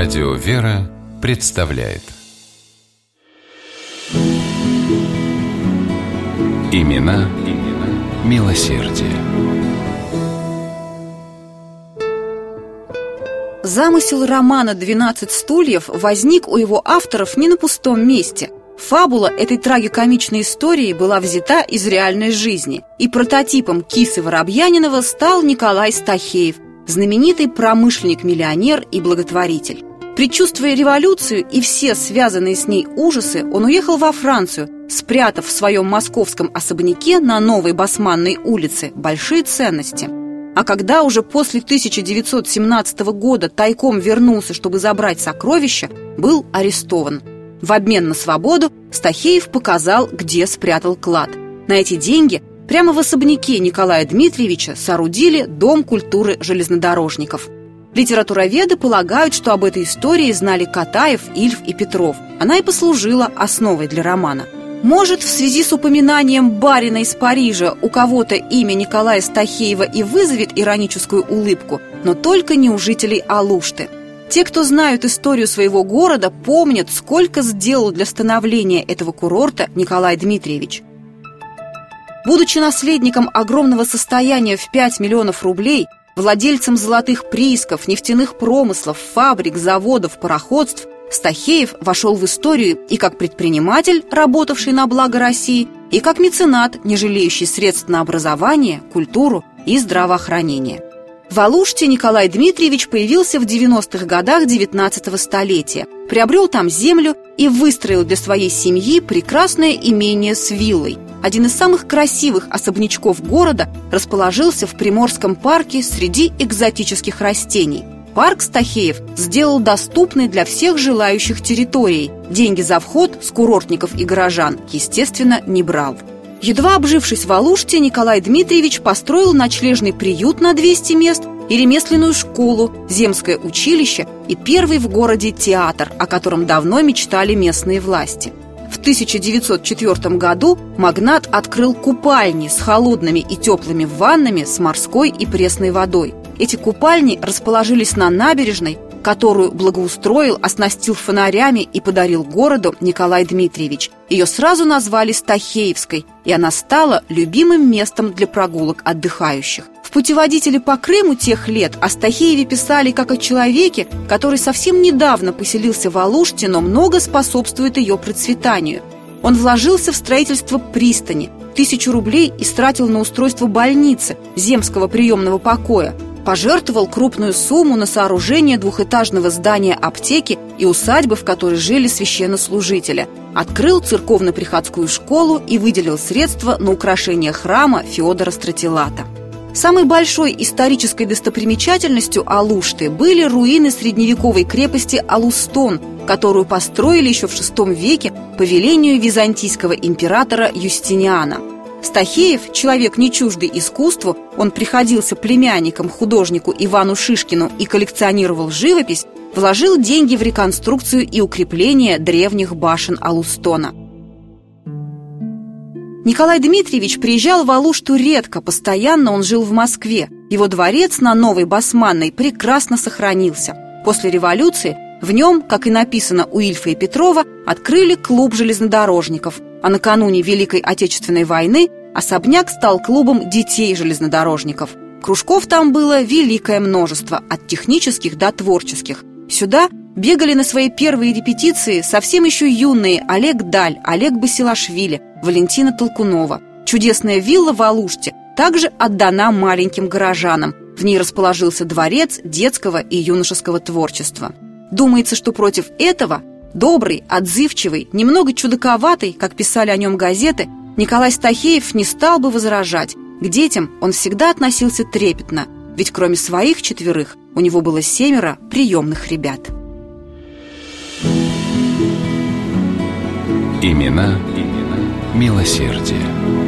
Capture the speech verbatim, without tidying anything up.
Радио «Вера» представляет Имена, имена милосердия. Замысел романа «двенадцать стульев» возник у его авторов не на пустом месте. Фабула этой трагикомичной истории была взята из реальной жизни, и прототипом Кисы Воробьянинова стал Николай Стахеев, знаменитый промышленник-миллионер и благотворитель. Предчувствуя революцию и все связанные с ней ужасы, он уехал во Францию, спрятав в своем московском особняке на Новой Басманной улице большие ценности. А когда уже после тысяча девятьсот семнадцатого года тайком вернулся, чтобы забрать сокровища, был арестован. В обмен на свободу Стахеев показал, где спрятал клад. На эти деньги прямо в особняке Николая Дмитриевича соорудили Дом культуры железнодорожников. Литературоведы полагают, что об этой истории знали Катаев, Ильф и Петров. Она и послужила основой для романа. Может, в связи с упоминанием барина из Парижа у кого-то имя Николая Стахеева и вызовет ироническую улыбку, но только не у жителей Алушты. Те, кто знают историю своего города, помнят, сколько сделал для становления этого курорта Николай Дмитриевич. Будучи наследником огромного состояния в пять миллионов рублей, владельцем золотых приисков, нефтяных промыслов, фабрик, заводов, пароходств, Стахеев вошел в историю и как предприниматель, работавший на благо России, и как меценат, не жалеющий средств на образование, культуру и здравоохранение. В Алуште Николай Дмитриевич появился в девяностых годах девятнадцатого столетия, приобрел там землю и выстроил для своей семьи прекрасное имение с виллой. Один из самых красивых особнячков города расположился в Приморском парке среди экзотических растений. Парк Стахеев сделал доступной для всех желающих территорией. Деньги за вход с курортников и горожан, естественно, не брал. Едва обжившись в Алуште, Николай Дмитриевич построил ночлежный приют на двести мест и ремесленную школу, земское училище и первый в городе театр, о котором давно мечтали местные власти. В тысяча девятьсот четвёртом году магнат открыл купальни с холодными и теплыми ваннами с морской и пресной водой. Эти купальни расположились на набережной, которую благоустроил, оснастил фонарями и подарил городу Николай Дмитриевич. Ее сразу назвали Стахеевской, и она стала любимым местом для прогулок отдыхающих. В путеводителе по Крыму тех лет о Стахееве писали как о человеке, который совсем недавно поселился в Алуште, но много способствует ее процветанию. Он вложился в строительство пристани, тысячу рублей истратил на устройство больницы, земского приемного покоя, пожертвовал крупную сумму на сооружение двухэтажного здания аптеки и усадьбы, в которой жили священнослужители, открыл церковно-приходскую школу и выделил средства на украшение храма Феодора Стратилата. Самой большой исторической достопримечательностью Алушты были руины средневековой крепости Алустон, которую построили еще в шестом веке по велению византийского императора Юстиниана. Стахеев, человек не чуждый искусству, он приходился племянником художнику Ивану Шишкину и коллекционировал живопись, вложил деньги в реконструкцию и укрепление древних башен Алустона. Николай Дмитриевич приезжал в Алушту редко, постоянно он жил в Москве. Его дворец на Новой Басманной прекрасно сохранился. После революции в нем, как и написано у Ильфа и Петрова, открыли клуб железнодорожников, а накануне Великой Отечественной войны особняк стал клубом детей железнодорожников. Кружков там было великое множество, от технических до творческих. Сюда бегали на свои первые репетиции совсем еще юные Олег Даль, Олег Басилашвили, Валентина Толкунова. Чудесная вилла в Алуште также отдана маленьким горожанам. В ней расположился дворец детского и юношеского творчества. Думается, что против этого добрый, отзывчивый, немного чудаковатый, как писали о нем газеты, Николай Стахеев не стал бы возражать. К детям он всегда относился трепетно, ведь кроме своих четверых у него было семеро приемных ребят. Имена, имена милосердия.